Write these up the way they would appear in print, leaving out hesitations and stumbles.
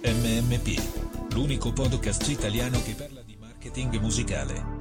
MMP, l'unico podcast italiano che parla di marketing musicale.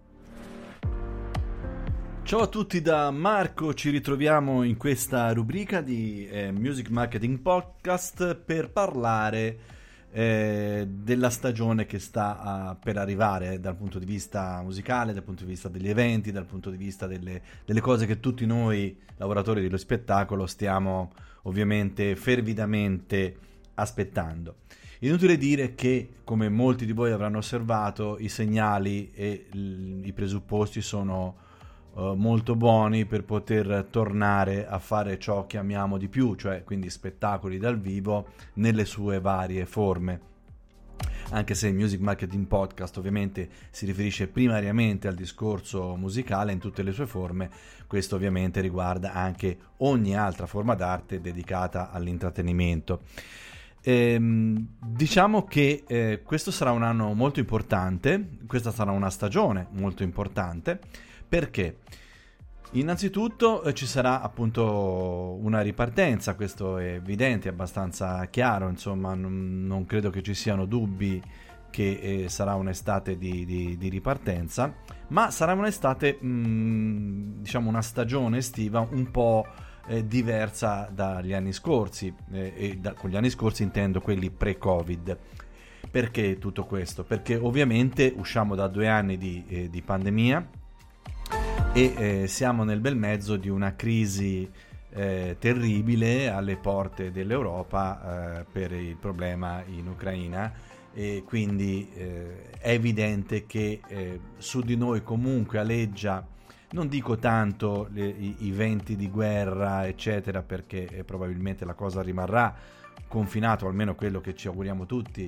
Ciao a tutti da Marco, ci ritroviamo in questa rubrica di Music Marketing Podcast per parlare della stagione che sta per arrivare dal punto di vista musicale, dal punto di vista degli eventi, dal punto di vista delle cose che tutti noi lavoratori dello spettacolo stiamo ovviamente fervidamente aspettando. Inutile dire che, come molti di voi avranno osservato, i segnali e i presupposti sono molto buoni per poter tornare a fare ciò che amiamo di più, cioè quindi spettacoli dal vivo nelle sue varie forme. Anche se il Music Marketing Podcast ovviamente si riferisce primariamente al discorso musicale in tutte le sue forme, questo ovviamente riguarda anche ogni altra forma d'arte dedicata all'intrattenimento. Diciamo che questo sarà un anno molto importante, questa sarà una stagione molto importante. Perché? Innanzitutto ci sarà appunto una ripartenza, questo è evidente, è abbastanza chiaro, insomma non credo che ci siano dubbi che sarà un'estate di ripartenza, ma sarà un'estate, diciamo una stagione estiva un po' diversa dagli anni scorsi, con gli anni scorsi intendo quelli pre-Covid. Perché tutto questo? Perché ovviamente usciamo da 2 anni di pandemia, e siamo nel bel mezzo di una crisi terribile alle porte dell'Europa per il problema in Ucraina, e quindi è evidente che su di noi comunque aleggia, non dico tanto i venti di guerra eccetera, perché probabilmente la cosa rimarrà confinato, almeno quello che ci auguriamo tutti,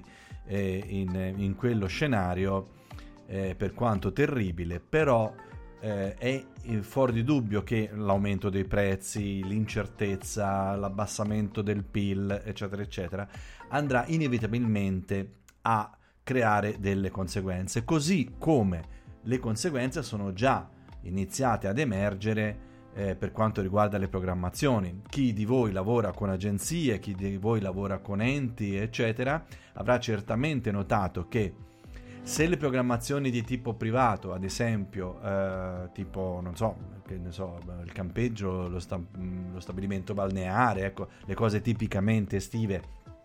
in quello scenario, per quanto terribile, però è fuori di dubbio che l'aumento dei prezzi, l'incertezza, l'abbassamento del PIL, eccetera, eccetera, andrà inevitabilmente a creare delle conseguenze, così come le conseguenze sono già iniziate ad emergere per quanto riguarda le programmazioni. Chi di voi lavora con agenzie, chi di voi lavora con enti, eccetera, avrà certamente notato che se le programmazioni di tipo privato, ad esempio, tipo, non so, che ne so, il campeggio, lo stabilimento balneare, ecco, le cose tipicamente estive,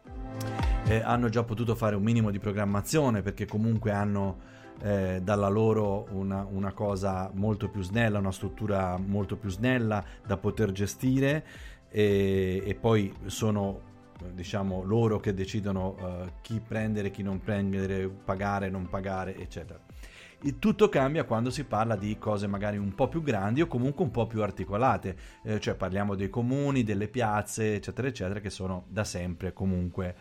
hanno già potuto fare un minimo di programmazione, perché comunque hanno dalla loro una cosa molto più snella, una struttura molto più snella da poter gestire, e poi sono, diciamo, loro che decidono chi prendere, chi non prendere, pagare, non pagare, eccetera. E tutto cambia quando si parla di cose magari un po' più grandi o comunque un po' più articolate, cioè parliamo dei comuni, delle piazze, eccetera, eccetera, che sono da sempre comunque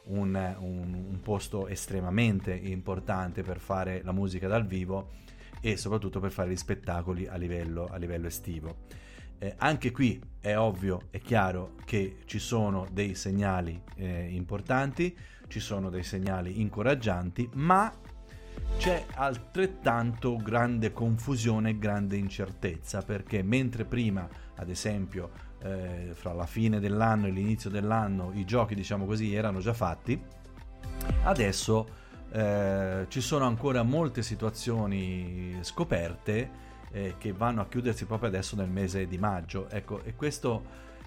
un posto estremamente importante per fare la musica dal vivo e soprattutto per fare gli spettacoli a livello estivo. Anche qui è ovvio, è chiaro che ci sono dei segnali importanti, ci sono dei segnali incoraggianti, ma c'è altrettanto grande confusione e grande incertezza, perché mentre prima, ad esempio, fra la fine dell'anno e l'inizio dell'anno i giochi, diciamo così, erano già fatti, adesso ci sono ancora molte situazioni scoperte che vanno a chiudersi proprio adesso nel mese di maggio, ecco, e questo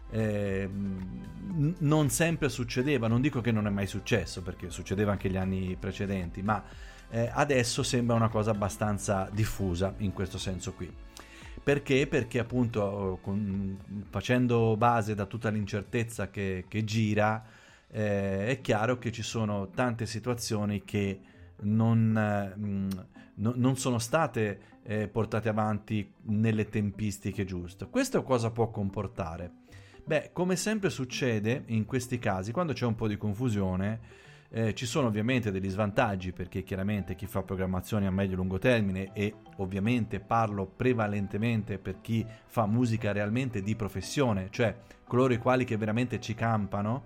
non sempre succedeva, non dico che non è mai successo, perché succedeva anche gli anni precedenti, ma adesso sembra una cosa abbastanza diffusa in questo senso qui. Perché? Perché appunto facendo base da tutta l'incertezza che gira, è chiaro che ci sono tante situazioni che non sono state portate avanti nelle tempistiche giuste. Questo cosa può comportare? Beh, come sempre succede in questi casi, quando c'è un po' di confusione, ci sono ovviamente degli svantaggi, perché chiaramente chi fa programmazioni a medio e lungo termine, e ovviamente parlo prevalentemente per chi fa musica realmente di professione, cioè coloro i quali che veramente ci campano,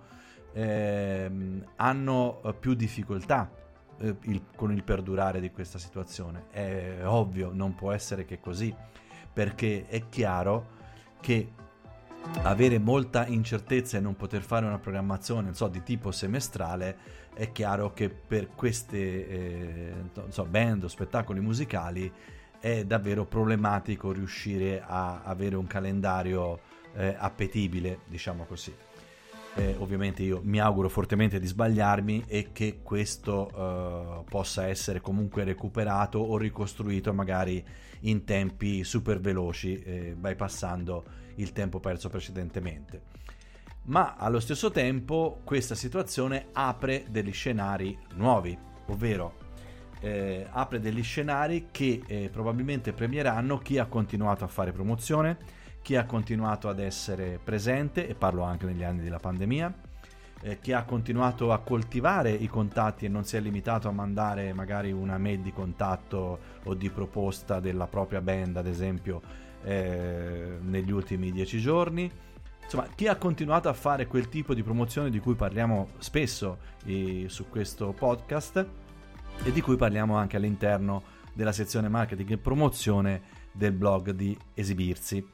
hanno più difficoltà con il perdurare di questa situazione. È ovvio, non può essere che così, perché è chiaro che avere molta incertezza e non poter fare una programmazione, non so, di tipo semestrale, è chiaro che per queste band o spettacoli musicali è davvero problematico riuscire a avere un calendario appetibile, diciamo così. Ovviamente io mi auguro fortemente di sbagliarmi e che questo possa essere comunque recuperato o ricostruito magari in tempi super veloci, bypassando il tempo perso precedentemente. Ma allo stesso tempo questa situazione apre degli scenari nuovi, ovvero apre degli scenari che probabilmente premieranno chi ha continuato a fare promozione, chi ha continuato ad essere presente, e parlo anche negli anni della pandemia, chi ha continuato a coltivare i contatti e non si è limitato a mandare magari una mail di contatto o di proposta della propria band, ad esempio, negli ultimi 10 giorni. Insomma, chi ha continuato a fare quel tipo di promozione di cui parliamo spesso su questo podcast e di cui parliamo anche all'interno della sezione marketing e promozione del blog di Esibirsi.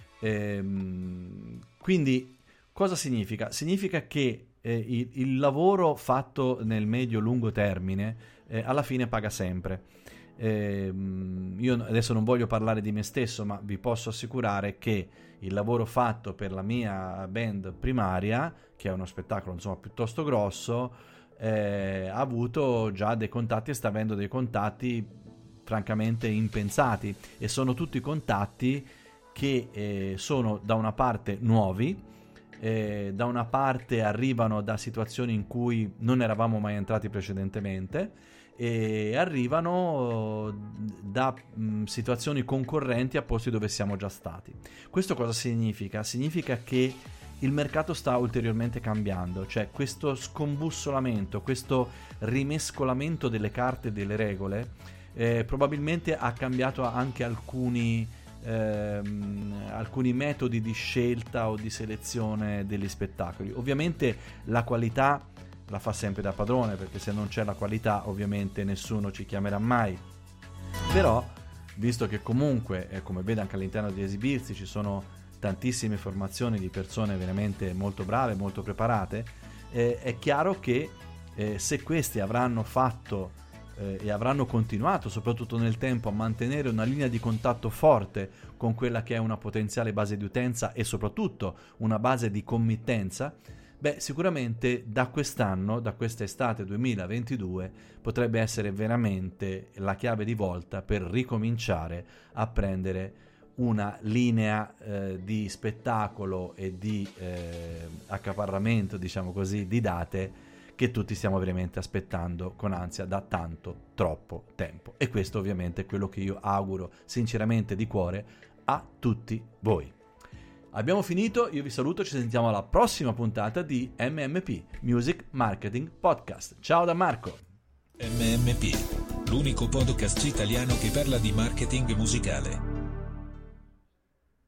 Quindi cosa significa? Significa che il lavoro fatto nel medio-lungo termine alla fine paga sempre. Io adesso non voglio parlare di me stesso, ma vi posso assicurare che il lavoro fatto per la mia band primaria, che è uno spettacolo insomma piuttosto grosso, ha avuto già dei contatti e sta avendo dei contatti francamente impensati, e sono tutti contatti che sono da una parte nuovi, da una parte arrivano da situazioni in cui non eravamo mai entrati precedentemente, e arrivano da situazioni concorrenti a posti dove siamo già stati. Questo cosa significa? Significa che il mercato sta ulteriormente cambiando, cioè questo scombussolamento, questo rimescolamento delle carte e delle regole probabilmente ha cambiato anche alcuni metodi di scelta o di selezione degli spettacoli. Ovviamente la qualità la fa sempre da padrone, perché se non c'è la qualità ovviamente nessuno ci chiamerà mai. Però, visto che comunque, come vede anche all'interno di Esibirsi, ci sono tantissime formazioni di persone veramente molto brave, molto preparate, è chiaro che se questi avranno fatto e avranno continuato soprattutto nel tempo a mantenere una linea di contatto forte con quella che è una potenziale base di utenza e soprattutto una base di committenza, sicuramente da quest'anno, da quest'estate 2022, potrebbe essere veramente la chiave di volta per ricominciare a prendere una linea di spettacolo e di accaparramento, diciamo così, di date che tutti stiamo veramente aspettando con ansia da troppo tempo. E questo ovviamente è quello che io auguro sinceramente di cuore a tutti voi. Abbiamo finito, io vi saluto, ci sentiamo alla prossima puntata di MMP, Music Marketing Podcast. Ciao da Marco. MMP, l'unico podcast italiano che parla di marketing musicale.